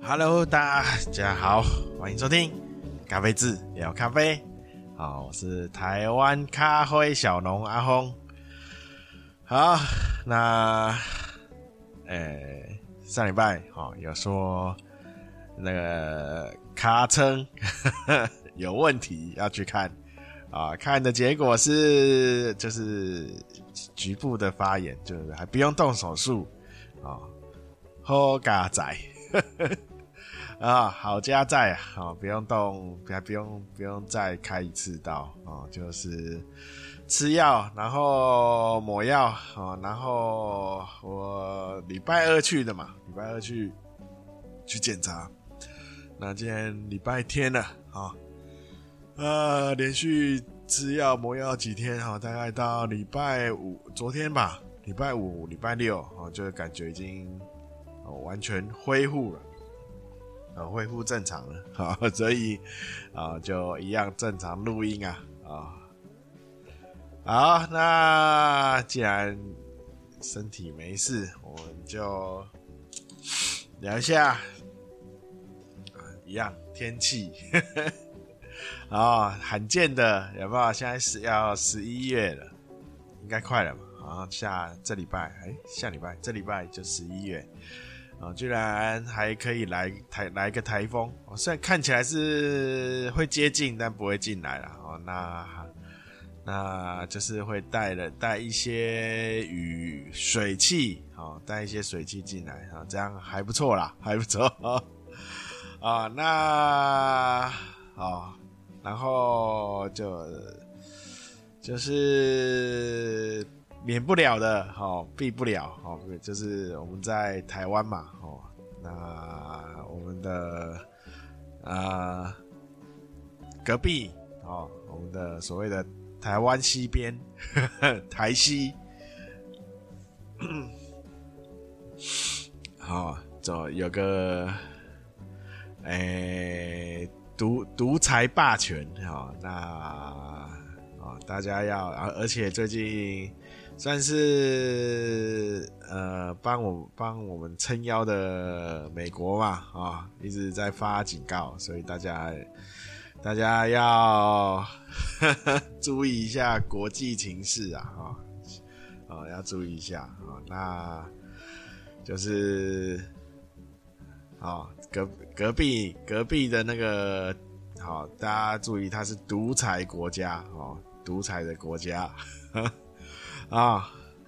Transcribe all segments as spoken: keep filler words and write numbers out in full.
Hello， 大家好，欢迎收听咖啡志聊咖啡。好，我是台湾咖啡小农阿峰。好，那诶，上礼拜好、哦、有说那个卡称有问题要去看啊，看的结果是就是局部的发炎，就是还不用动手术啊，好加仔。啊，好加在啊、哦，不用动，还不用不用再开一次刀哦，就是吃药，然后抹药哦，然后我礼拜二去的嘛，礼拜二去去检查，那今天礼拜天了啊、哦，呃，连续吃药抹药几天哈、哦，大概到礼拜五，昨天吧，礼拜五、礼拜六哦，就感觉已经哦完全恢复了。呃，恢复正常了，好，所以啊、呃，就一样正常录音啊，啊，好，那既然身体没事，我们就聊一下，啊，一样天气，啊，罕见的有没有？现在是要十一月了，应该快了嘛，啊，下这礼拜，哎，下礼拜这礼拜就十一月。哦，居然还可以来台来个台风、哦，虽然看起来是会接近，但不会进来啦。哦，那那就是会带了带一些雨水汽，哦，带一些水汽进来，啊、哦，这样还不错啦，还不错啊、哦。那哦，然后就就是免不了的，哦，避不了，哦，就是我们在台湾嘛，哦，那我们的呃隔壁，哦，我们的所谓的台湾西边，呵呵台西，好、哦，就有个诶独独裁霸权，哦，那哦大家要，而且最近。算是呃帮我帮我们撑腰的美国嘛啊、哦，一直在发警告，所以大家大家要呵呵注意一下国际情势啊啊、哦哦、要注意一下啊、哦，那就是啊、哦、隔隔壁隔壁的那个好、哦，大家注意，它是独裁国家哦，独裁的国家。呵呵啊、哦，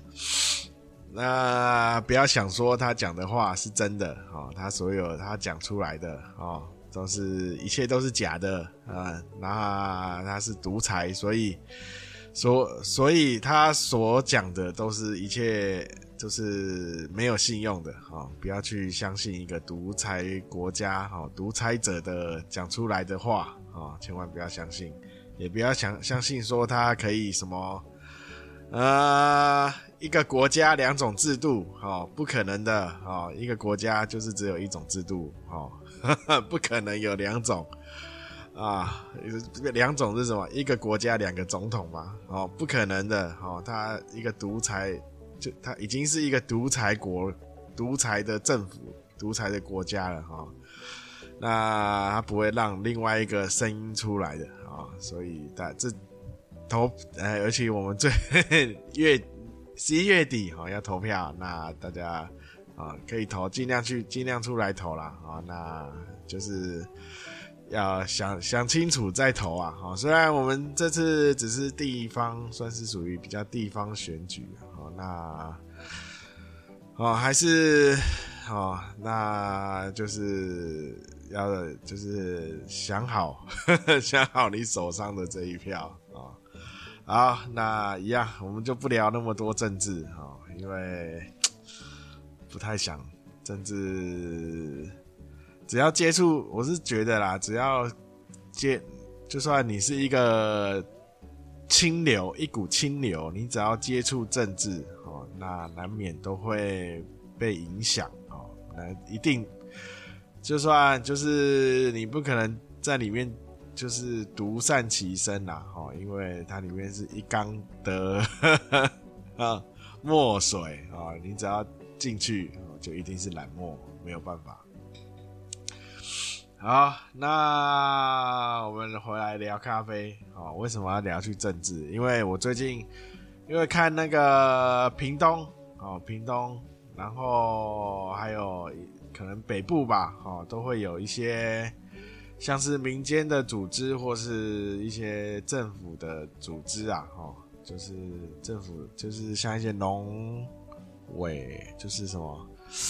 那不要想说他讲的话是真的哦，他所有他讲出来的哦，都是一切都是假的啊。那他是独裁，所以所所以他所讲的都是一切就是没有信用的哦，不要去相信一个独裁国家哦，独裁者的讲出来的话哦，千万不要相信，也不要想相信说他可以什么。呃，一个国家两种制度，哦，不可能的，哦，一个国家就是只有一种制度，哦，呵呵不可能有两种，啊，两种是什么？一个国家两个总统嘛，哦，不可能的，哦，他一个独裁，就他已经是一个独裁国、独裁的政府、独裁的国家了，哈、哦，那他不会让另外一个声音出来的，啊、哦，所以大这。投，呃，而且我们最月十一月底哈、哦、要投票，那大家啊、哦、可以投，尽量去尽量出来投啦啊、哦，那就是要想想清楚再投啊。好、哦，虽然我们这次只是地方，算是属于比较地方选举，好、哦，那哦还是哦，那就是要就是想好呵呵想好你手上的这一票啊。哦好，那一样，我们就不聊那么多政治哈、哦，因为不太想政治。只要接触，我是觉得啦，只要接，就算你是一个清流，一股清流，你只要接触政治哦，那难免都会被影响哦。那一定，就算就是你不可能在里面。就是独善其身啦，哦，因为它里面是一缸的啊墨水啊，你只要进去就一定是染墨，没有办法。 好，那我们回来聊咖啡。哦，为什么要聊去政治？因为我最近因为看那个屏东，哦，屏东，然后还有可能北部吧，哦，都会有一些像是民间的组织或是一些政府的组织啊，哦，就是政府就是像一些农委，就是什么，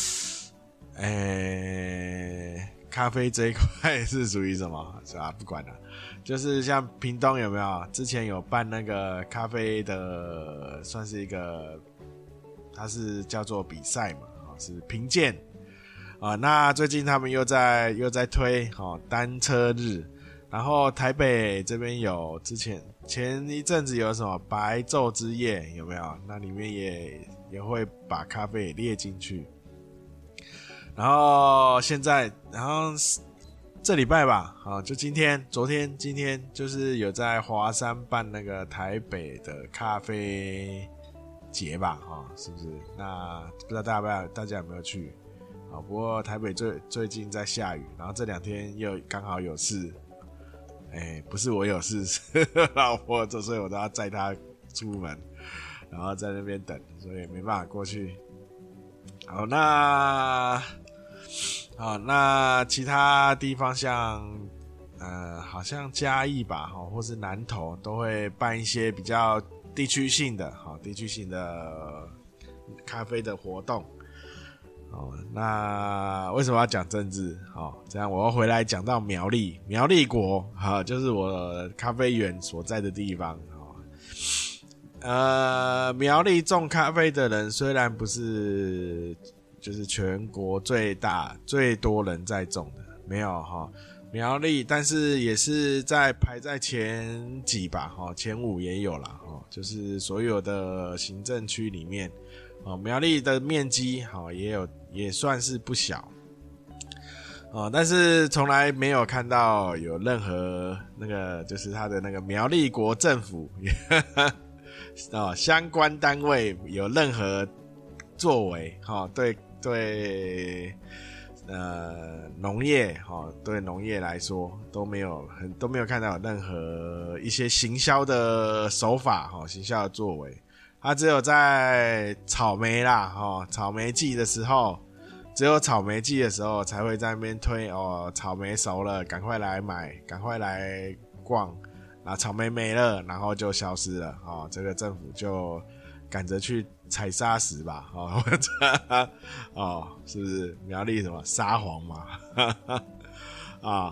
诶。咖啡这一块是属于什么？是吧？不管了，就是像屏东有没有？之前有办那个咖啡的，算是一个，它是叫做比赛嘛，是评鉴啊。那最近他们又在又在推哦单车日，然后台北这边有之前前一阵子有什么白昼之夜有没有？那里面也也会把咖啡也列进去。然后现在，然后这礼拜吧，啊，就今天、昨天、今天，就是有在华山办那个台北的咖啡节吧，啊，是不是？那不知道大家大家有没有去？啊，不过台北最最近在下雨，然后这两天又刚好有事，哎，不是我有事，是老婆，所以我都要载她出门，然后在那边等，所以没办法过去。好，那。好，那其他地方像呃，好像嘉义吧，或是南投都会办一些比较地区性的，好地区性的咖啡的活动。哦，那为什么要讲政治？哦，这样我要回来讲到苗栗，苗栗国，好，就是我咖啡园所在的地方。哦，呃，苗栗种咖啡的人虽然不是。就是全国最大最多人在种的，没有齁苗栗，但是也是在排在前几吧，齁前五也有啦，齁就是所有的行政区里面，齁苗栗的面积齁也有也算是不小，哦，但是从来没有看到有任何那个就是他的那个苗栗国政府哦相关单位有任何作为，齁对。对，呃，农业哈、哦，对农业来说都没有很都没有看到有任何一些行销的手法哈、哦，行销的作为，它只有在草莓啦哈、哦，草莓季的时候，只有草莓季的时候才会在那边推哦，草莓熟了，赶快来买，赶快来逛，然后草莓没了，然后就消失了哦，这个政府就赶着去。采砂石吧，哦，哦，是不是苗栗什么沙皇嘛？啊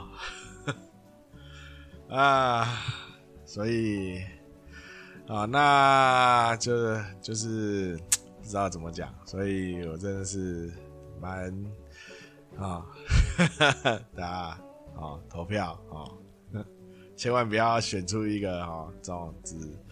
啊，所以啊，那就就是不知道怎么讲，所以我真的是蛮啊，大家啊投票啊，千万不要选出一个哈这种只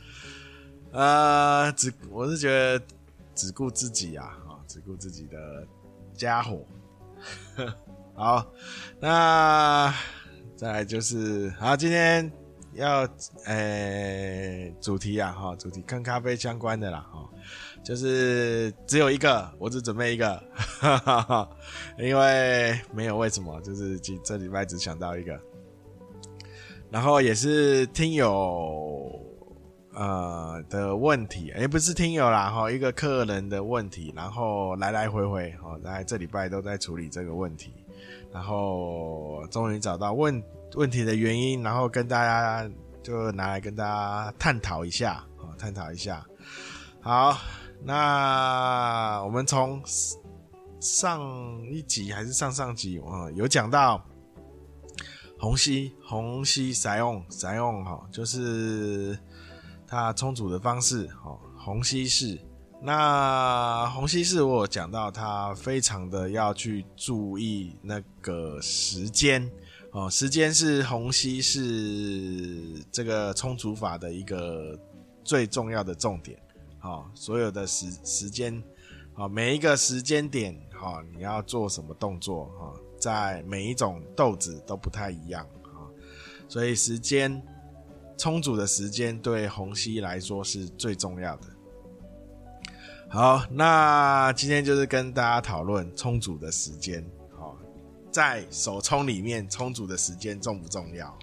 呃只我是觉得。只顾自己啊，只顾自己的家伙。好，那再来就是好，今天要诶、欸、主题啊，哈，主题跟咖啡相关的啦，哈，就是只有一个，我只准备一个，因为没有为什么，就是这礼拜只想到一个，然后也是听友。呃的问题，也不是听友啦齁，一个客人的问题，然后来来回回齁，在这礼拜都在处理这个问题，然后终于找到问问题的原因，然后跟大家就拿来跟大家探讨一下，齁，探讨一下。好，那我们从上一集还是上上集，呃，有讲到虹吸虹吸采用采用齁，就是它冲煮的方式，哦，虹吸式。那虹吸式我有讲到，它非常的要去注意那个时间，哦，时间是虹吸式这个冲煮法的一个最重要的重点，哦，所有的时时间，哦，每一个时间点，哦，你要做什么动作，哦，在每一种豆子都不太一样，哦，所以时间。冲煮的时间对虹吸来说是最重要的。好，那今天就是跟大家讨论冲煮的时间。好， 在手冲里面冲煮的时间重不重要？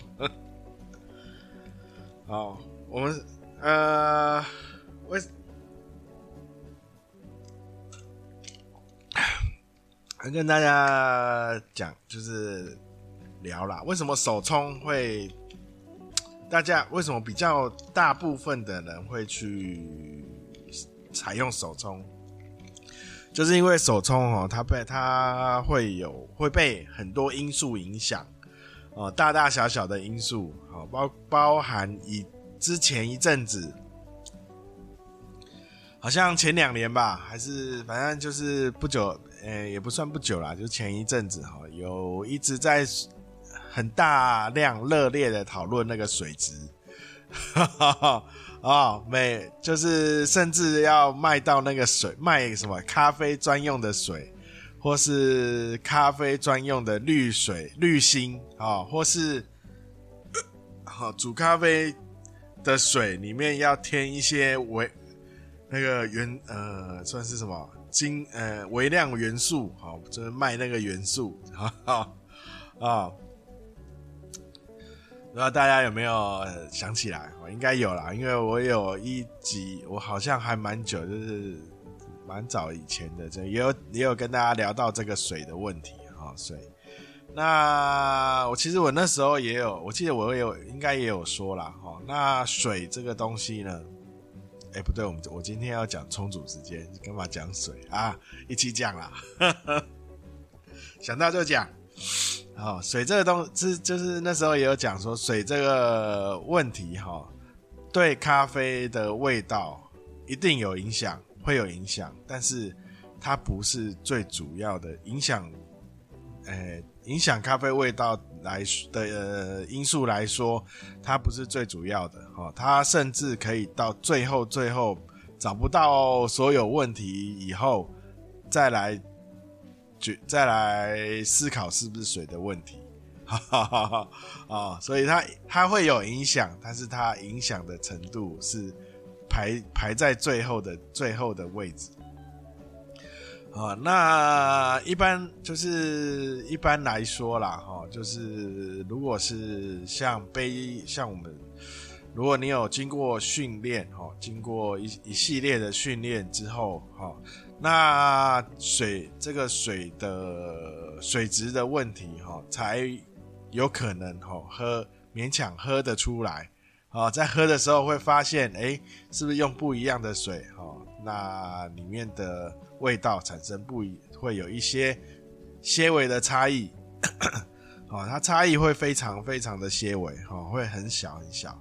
好，我们呃，为跟大家讲，就是聊啦，为什么手冲会，大家为什么比较大部分的人会去采用手冲？就是因为手冲哦，它被它会有会被很多因素影响哦，大大小小的因素哦，包包含以之前一阵子，好像前两年吧，还是反正就是不久，呃，也不算不久啦，就前一阵子哈，有一直在很大量热烈的讨论那个水质。哦，每就是甚至要卖到那个水，卖什么咖啡专用的水，或是咖啡专用的滤水、滤芯啊、哦，或是好、哦、煮咖啡的水里面要添一些微那个元呃算是什么精呃微量元素，好、哦，就是卖那个元素啊啊。哦不知道大家有没有想起来？我应该有啦，因为我有一集，我好像还蛮久，就是蛮早以前的，这也有也有跟大家聊到这个水的问题哈、哦，水。那我其实我那时候也有，我记得我有应该也有说啦哈、哦。那水这个东西呢？哎，不对，我们我今天要讲冲煮时间，干嘛讲水啊？一起讲啦，想到就讲。哦，水这个东西，就是那时候也有讲说，水这个问题哈、哦，对咖啡的味道一定有影响，会有影响，但是它不是最主要的影响，呃，影响咖啡味道来的、呃、因素来说，它不是最主要的哦，它甚至可以到最后最后找不到所有问题以后，再来。再来思考是不是水的问题，哦，所以它它会有影响，但是它影响的程度是排排在最后的最后的位置。哦，那一般就是一般来说啦，哦，就是如果是像杯像我们，如果你有经过训练，哦，经过一一系列的训练之后，哦。那水这个水的水质的问题、哦、才有可能、哦、喝勉强喝得出来、哦、在喝的时候会发现诶是不是用不一样的水、哦、那里面的味道产生不一会有一些些微的差异、哦、它差异会非常非常的些微、哦、会很小很小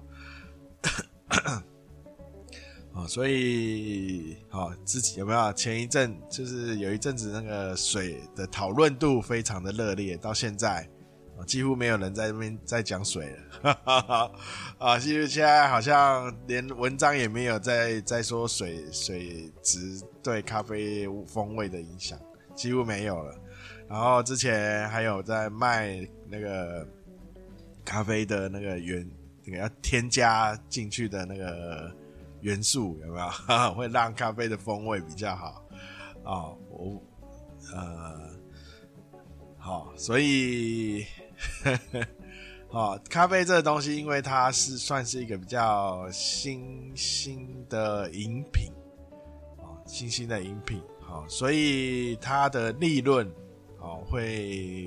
哦，所以，哦，自己有没有前一阵就是有一阵子那个水的讨论度非常的热烈，到现在、哦、几乎没有人在那边在讲水了，哈哈啊，其实现在好像连文章也没有在在说水水质对咖啡风味的影响，几乎没有了。然后之前还有在卖那个咖啡的那个原那个要添加进去的那个。元素有没有会让咖啡的风味比较好哦？我呃好，所以哦，咖啡这个东西，因为它是算是一个比较新兴的饮品哦，新兴的饮品哦，所以它的利润哦会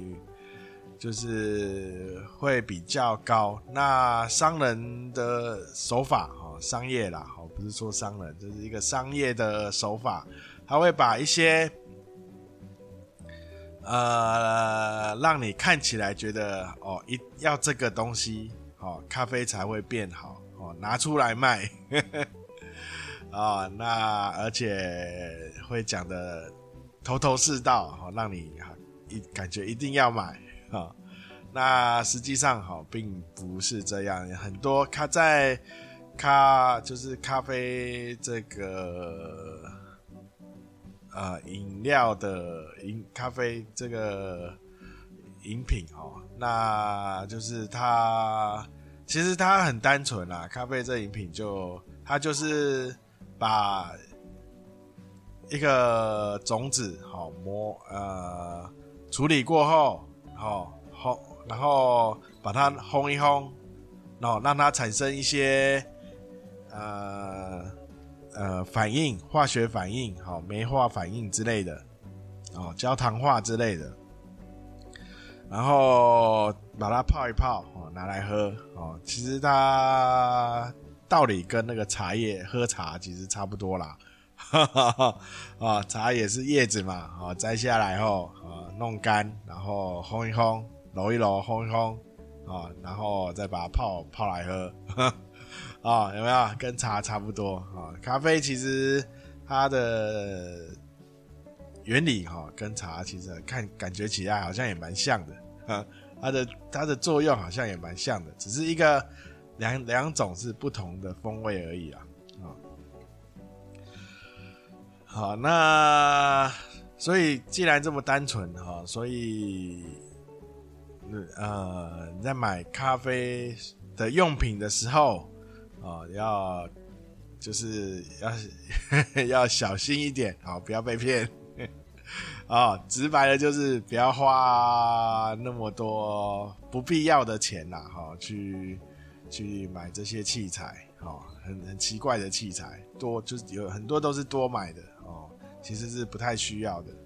就是会比较高。那商人的手法哦，商业啦。不是说商人，这、就是一个商业的手法，他会把一些呃让你看起来觉得哦一要这个东西哦咖啡才会变好哦拿出来卖哦，那而且会讲的头头是道哦，让你一感觉一定要买哦。那实际上哦并不是这样，很多它在咖就是咖啡这个呃饮料的饮咖啡这个饮品哦，那就是它其实它很单纯啦，咖啡这饮品就它就是把一个种子好磨呃处理过后哦，烘，然后把它烘一烘，然后让它产生一些呃呃反应，化学反应，好、哦，酶化反应之类的，哦，焦糖化之类的，然后把它泡一泡，哦，拿来喝，哦，其实它道理跟那个茶叶喝茶其实差不多啦。啊，茶也是叶子嘛，啊，摘下来后，啊，弄干，然后烘一烘，揉一揉，烘一烘，啊，然后再把它泡泡来喝，啊，有没有？跟茶差不多啊。咖啡其实它的原理哈，跟茶其实看感觉起来好像也蛮像的，啊，它的它的作用好像也蛮像的，只是一个两两种是不同的风味而已啦。好，那所以既然这么单纯哈，所以呃你在买咖啡的用品的时候啊，要就是要要小心一点啊，不要被骗啊。直白的就是不要花那么多不必要的钱啦，哈，去去买这些器材，哈，很很奇怪的器材，多就是有很多都是多买的。哦，其实是不太需要的。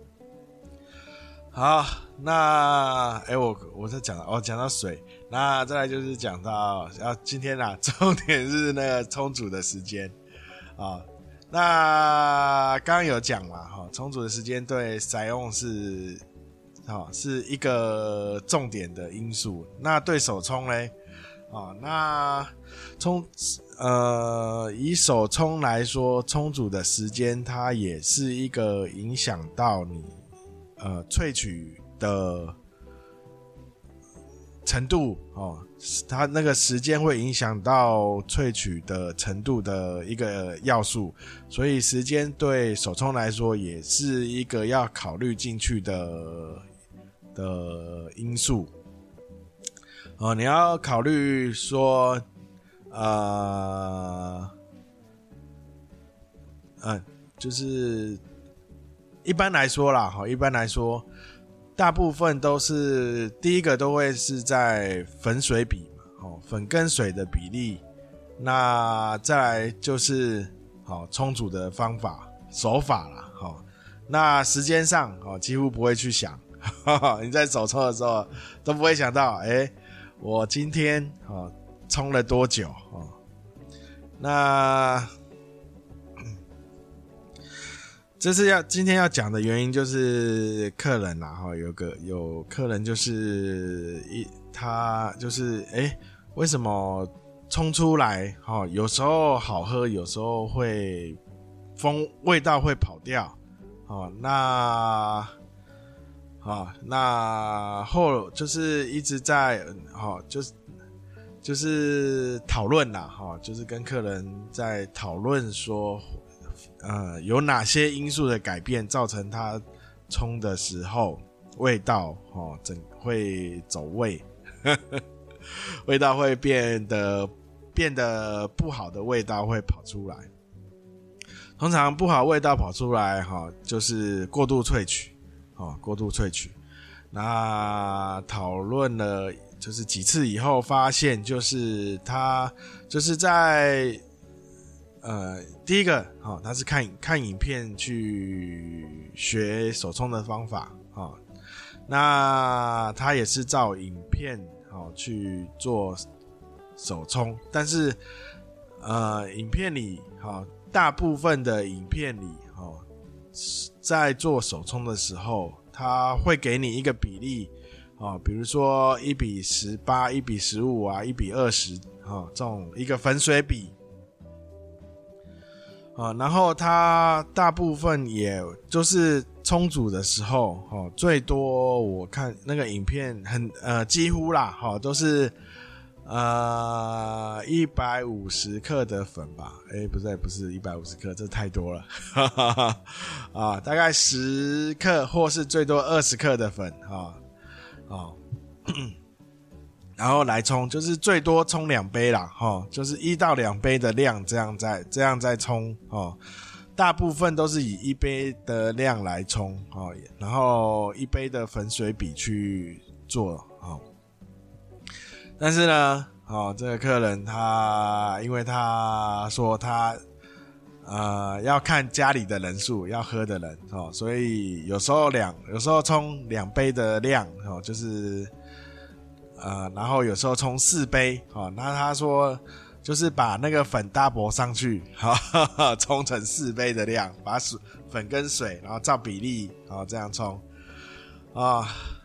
好，那哎、欸，我我在讲哦，讲到水，那再来就是讲到要今天啊，重点是那个冲煮的时间啊。那刚刚有讲嘛，哈，冲煮的时间对筛用是啊是一个重点的因素。那对手冲嘞，啊，那冲。呃，以手冲来说，冲煮的时间它也是一个影响到你呃萃取的程度哦，它那个时间会影响到萃取的程度的一个要素，所以时间对手冲来说也是一个要考虑进去的的因素。哦，你要考虑说。呃，嗯，就是一般来说啦，哈，一般来说，大部分都是第一个都会是在粉水比嘛，哦，粉跟水的比例，那再来就是好冲煮的方法手法啦，哈，那时间上哦几乎不会去想，呵呵你在手冲的时候都不会想到，哎，我今天哦。冲了多久哦？那这是要今天要讲的原因，就是客人啦哈，有个有客人就是一他就是哎，为什么冲出来哈？有时候好喝，有时候会风味道会跑掉哦。那好，那后就是一直在好就是。就是讨论啦，哈，就是跟客人在讨论说，呃，有哪些因素的改变造成他冲的时候味道，哦，整会走味，呵呵味道会变得变得不好的味道会跑出来。通常不好味道跑出来，哈，就是过度萃取，哦，过度萃取。那讨论了。就是几次以后发现，就是他就是在呃第一个哈、哦，他是看看影片去学手冲的方法哈、哦，那他也是照影片哦去做手冲，但是呃影片里哈、哦，大部分的影片里哈、哦，在做手冲的时候，他会给你一个比例。哦，比如说一比十八、一比十五啊、一比二十，哦，这种一个粉水比，啊，然后它大部分也就是冲煮的时候，哦，最多我看那个影片很呃几乎啦，哈、哦，都是呃一百五十克的粉吧，诶不是不是一百五十克，这太多了，哈哈哈啊，大概十克或是最多二十克的粉，哈、哦。哦，然后来冲，就是最多冲两杯啦，哈、哦，就是一到两杯的量，这样再这样再冲，哦， 大部分都是以一杯的量来冲哦，然后一杯的粉水比去做哦。但是呢，哦，这个客人他因为他说他呃要看家里的人数，要喝的人哦，所以有时候两有时候冲两杯的量哦，就是呃，然后有时候冲四杯哦。那他说就是把那个粉 double 上去，哈哈哈，冲成四杯的量，把水粉跟水，然后照比例哦这样冲啊。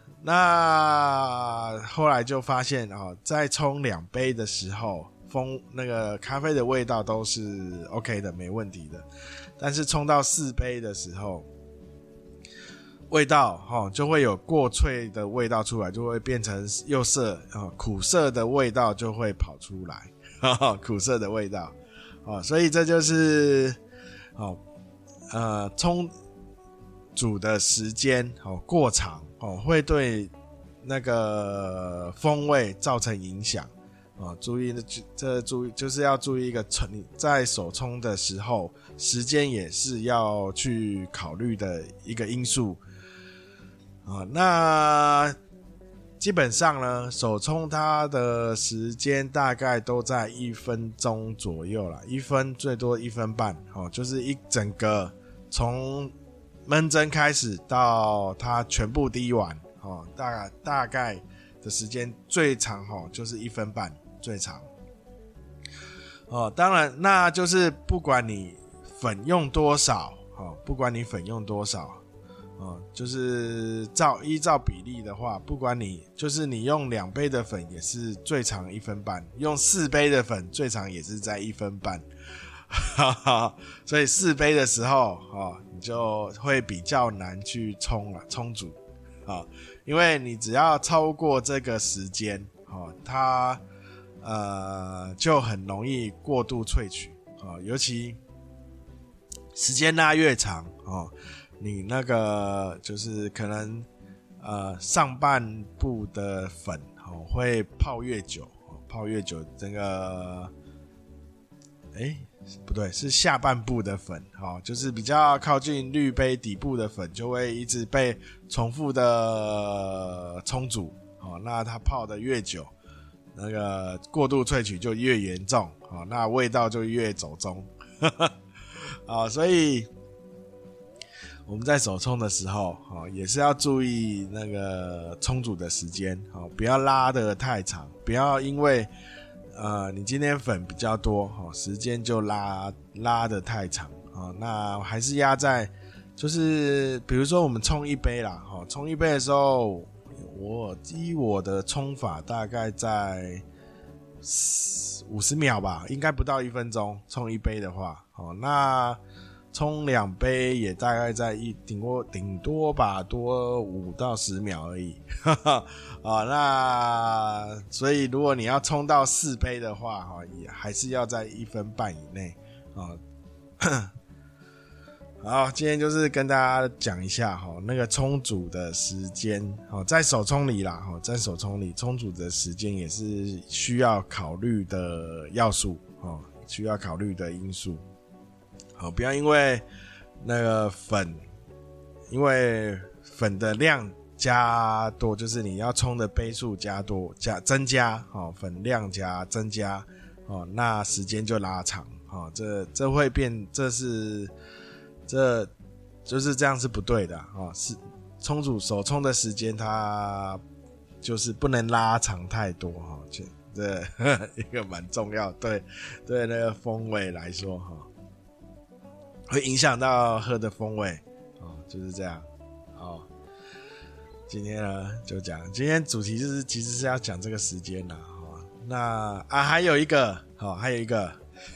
那后来就发现哦，在冲两杯的时候，风那个咖啡的味道都是 OK 的，没问题的。但是冲到四杯的时候，味道哦就会有过萃的味道出来，就会变成又涩哦，苦涩的味道就会跑出来，呵呵，苦涩的味道哦，所以这就是哦呃冲煮的时间哦过长哦，会对那个风味造成影响哦。注意这注意就是要注意一个你在手冲的时候，时间也是要去考虑的一个因素啊。那基本上呢，手冲它的时间大概都在一分钟左右啦，一分最多一分半哦，就是一整个从焖蒸开始到它全部滴完哦，大概大概的时间最长哦，就是一分半最长哦。当然，那就是不管你粉用多少哦，不管你粉用多少哦，就是照依照比例的话，不管你就是你用两杯的粉也是最长一分半，用四杯的粉最长也是在一分半。所以四杯的时候、哦、你就会比较难去冲了冲煮、哦、因为你只要超过这个时间、哦、它呃就很容易过度萃取、哦、尤其时间拉越长、哦、你那个就是可能呃上半部的粉、哦、会泡越久、哦、泡越久这个诶不对，是下半部的粉、哦、就是比较靠近滤杯底部的粉就会一直被重复的冲煮、哦、那它泡的越久，那个过度萃取就越严重、哦、那味道就越走中、哦、所以我们在手冲的时候、哦、也是要注意那个冲煮的时间、哦、不要拉得太长，不要因为呃，你今天粉比较多、哦、时间就拉拉得太长、哦、那还是压在就是比如说我们冲一杯啦、哦、冲一杯的时候，我依我的冲法大概在五十秒吧，应该不到一分钟冲一杯的话、哦、那冲两杯也大概在一顶多顶多吧，多五到十秒而已。啊，那所以如果你要冲到四杯的话，哈，也还是要在一分半以内啊。好，今天就是跟大家讲一下哈，那个冲煮的时间，哦，在手冲里啦，哈，在手冲里冲煮的时间也是需要考虑的要素，哦，需要考虑的因素。好，不要因为那个粉，因为粉的量加多，就是你要冲的杯数加多加增加，哦，粉量加增加，哦，那时间就拉长，哦，这这会变，这是这就是这样是不对的，哦，是冲煮手冲的时间它就是不能拉长太多，哈，这这一个蛮重要，对对那个风味来说，哈。会影响到喝的风味哦，就是这样哦。今天呢就讲，今天主题就是其实是要讲这个时间啦、哦、那啊还有一个好、哦，还有一个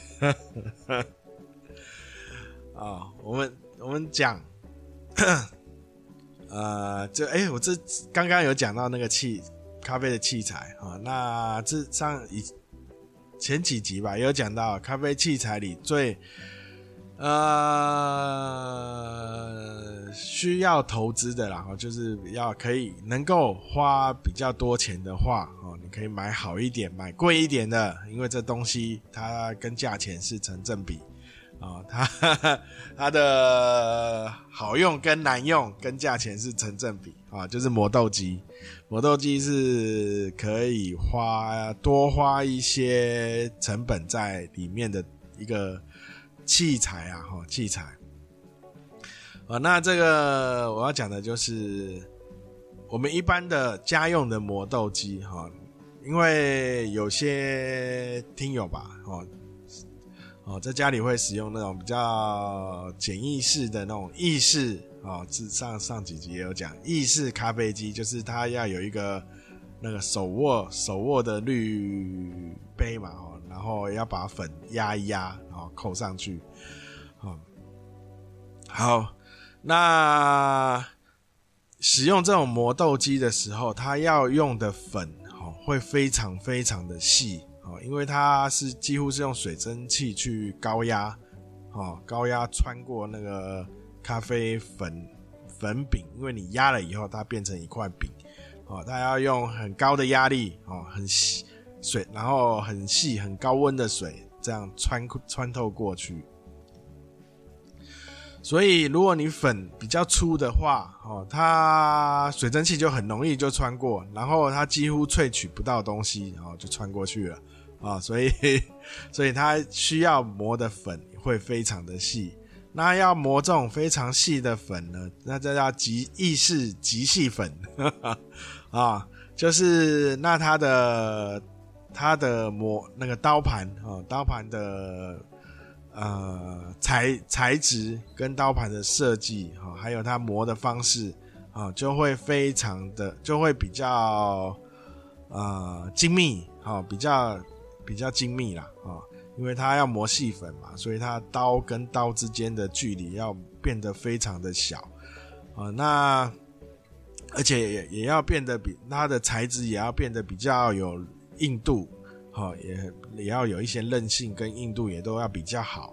哦，我们我们讲呃，就哎、欸，我这刚刚有讲到那个器咖啡的器材啊、哦，那这上以前几集吧，也有讲到咖啡器材里最。呃，需要投资的啦，就是要可以能够花比较多钱的话，哦，你可以买好一点，买贵一点的，因为这东西它跟价钱是成正比， 哦，它它的好用跟难用跟价钱是成正比啊，就是磨豆机。磨豆机是可以花多花一些成本在里面的一个器材啊，哈，器材。啊，那这个我要讲的就是我们一般的家用的磨豆机哈，因为有些听友吧，哦。哦，在家里会使用那种比较简易式的那种意式哦，上上几集也有讲意式咖啡机，就是它要有一个那个手握手握的滤杯嘛，哦，然后要把粉压一压，然后扣上去。哦，好，那使用这种磨豆机的时候，它要用的粉哦会非常非常的细。因为它是几乎是用水蒸气去高压，哦，高压穿过那个咖啡粉粉饼，因为你压了以后，它变成一块饼，哦，它要用很高的压力，哦，很细水，然后很细、很高温的水，这样穿穿透过去。所以，如果你粉比较粗的话，哦，它水蒸气就很容易就穿过，然后它几乎萃取不到东西，哦，就穿过去了。啊、哦，所以所以它需要磨的粉会非常的细。那要磨这种非常细的粉呢，那这叫极意式极细粉啊，就是那它的它的磨那个刀盘啊、哦，刀盘的呃材材质跟刀盘的设计啊、哦，还有它磨的方式啊、哦，就会非常的就会比较呃精密啊、哦，比较。比较精密啦，哦，因为它要磨细粉嘛，所以它刀跟刀之间的距离要变得非常的小，哦，那而且 也, 也要变得比它的材质也要变得比较有硬度，哦，也也要有一些韧性跟硬度也都要比较好，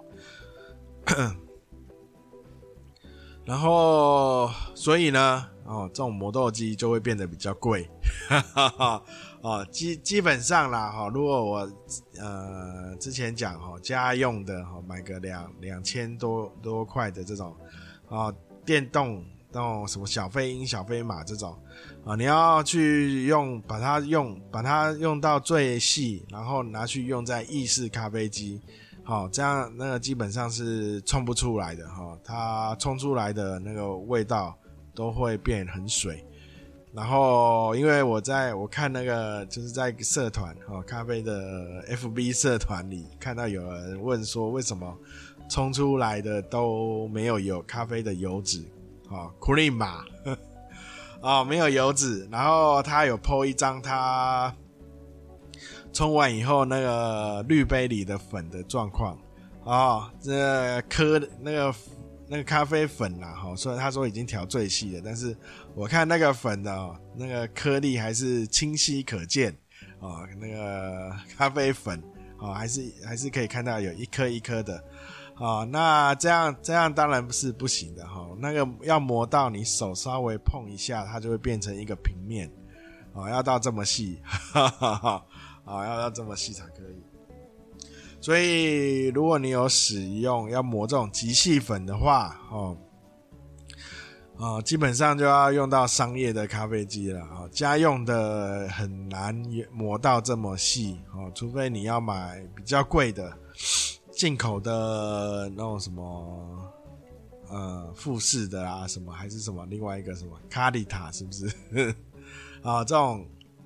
然后所以呢，哦，这种磨豆机就会变得比较贵，哈哈哈。哦，基基本上啦，哈，如果我呃之前讲哈家用的哈，买个两两千多多块的这种啊电动那种什么小飞鹰、小飞马这种啊，你要去用把它用把它用到最细，然后拿去用在意式咖啡机，好，这样那个基本上是冲不出来的哈，它冲出来的那个味道都会变很水。然后因为我在我看那个就是在社团哦咖啡的 F B 社团里看到有人问说为什么冲出来的都没有有咖啡的油脂哦 cream 嘛哦没有油脂，然后他有 po 一张他冲完以后那个滤杯里的粉的状况哦，这颗那个那个咖啡粉啦，哈，虽然他说已经调最细了，但是我看那个粉的哦，那个颗粒还是清晰可见哦，那个咖啡粉哦，还是还是可以看到有一颗一颗的哦。那这样这样当然是不行的哈、哦，那个要磨到你手稍微碰一下，它就会变成一个平面哦，要到这么细，哈哈哈，啊，要到这么细才可以。所以如果你有使用要磨这种极细粉的话哦，哦基本上就要用到商业的咖啡机了哦，家用的很难磨到这么细哦，除非你要买比较贵的进口的那种什么呃富士的啊什么还是什么另外一个什么卡里塔是不是啊、哦、这种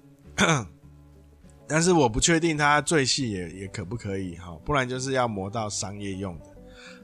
但是我不确定它最细也也可不可以哈，不然就是要磨到商业用的，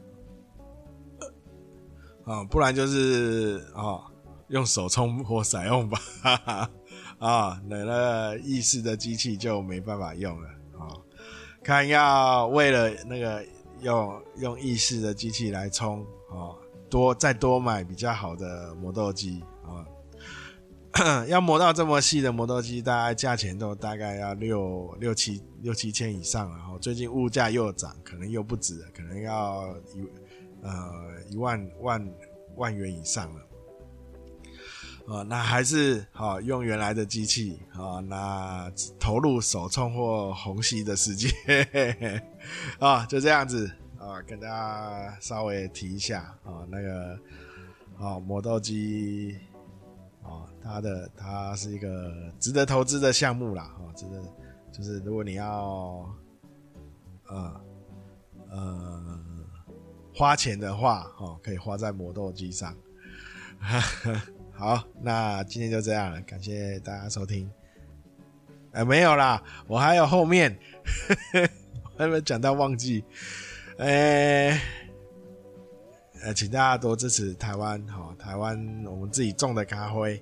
啊，不然就是哦用手冲或采用吧，哈哈啊，那个意式的机器就没办法用了啊。看要为了那个用用意式的机器来冲哦，多再多买比较好的磨豆机啊。要磨到这么细的磨豆机，大概价钱都大概要六六七六七千以上了。最近物价又涨，可能又不止了，可能要一呃一万万万元以上了。呃、那还是好、哦、用原来的机器啊、哦，那投入手冲或虹吸的世界啊、哦，就这样子啊、 啊，跟大家稍微提一下啊，那个啊磨豆机啊，它的它是一个值得投资的项目啦，啊，值得就是如果你要呃呃花钱的话，哦，可以花在磨豆机上。好，那今天就这样了，感谢大家收听。哎、呃，没有啦，我还有后面，我还没讲到忘记。哎、欸，呃，请大家多支持台湾，好，台湾我们自己种的咖啡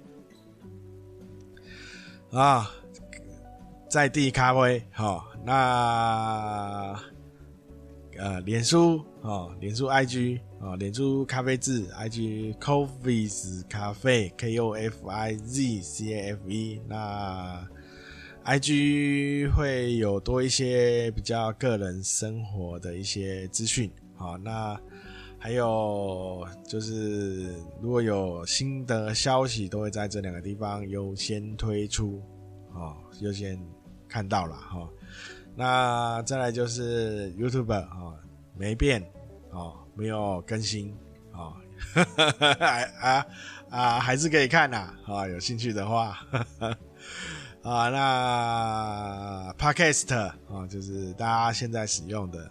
啊，在地咖啡，好，那呃，脸书哦，脸书 I G 哦，脸书咖啡字 I G Coffees 咖啡 K O F I Z C A F E， 那 I G 会有多一些比较个人生活的一些资讯，好，那还有就是如果有新的消息，都会在这两个地方优先推出，哦，优先看到了哈。那再来就是 YouTube 啊、哦，没变哦，没有更新哦，啊啊，还是可以看呐，啊、哦，有兴趣的话，啊，那 Podcast 啊、哦，就是大家现在使用的，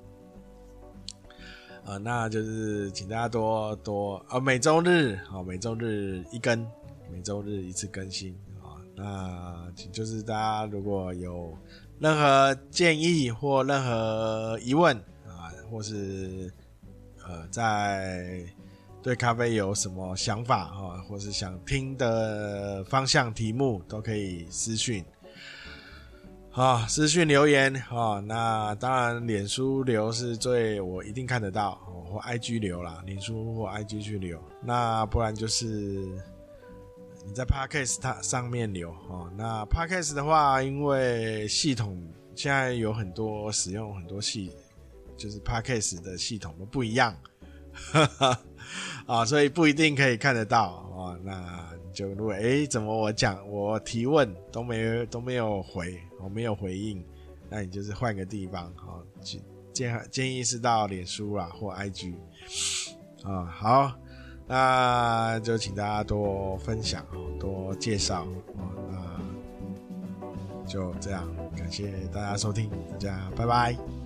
啊，那就是请大家多多啊，每周日啊、哦，每周日一更，每周日一次更新啊、哦，那就是大家如果有任何建议或任何疑问啊，或是呃在对咖啡有什么想法啊，或是想听的方向题目，都可以私讯啊，私讯留言啊。那当然，脸书留是最我一定看得到，或 I G 留啦，脸书或 I G 去留。那不然就是你在 Podcast 上面留哦。那 Podcast 的话，因为系统现在有很多使用很多系，就是 Podcast 的系统都不一样，啊，所以不一定可以看得到哦。那你就如果诶怎么我讲我提问都没都没有回，我没有回应，那你就是换个地方哦。建建议是到脸书啦或 I G 啊。好。那就请大家多分享，多介绍，那就这样，感谢大家收听，大家拜拜。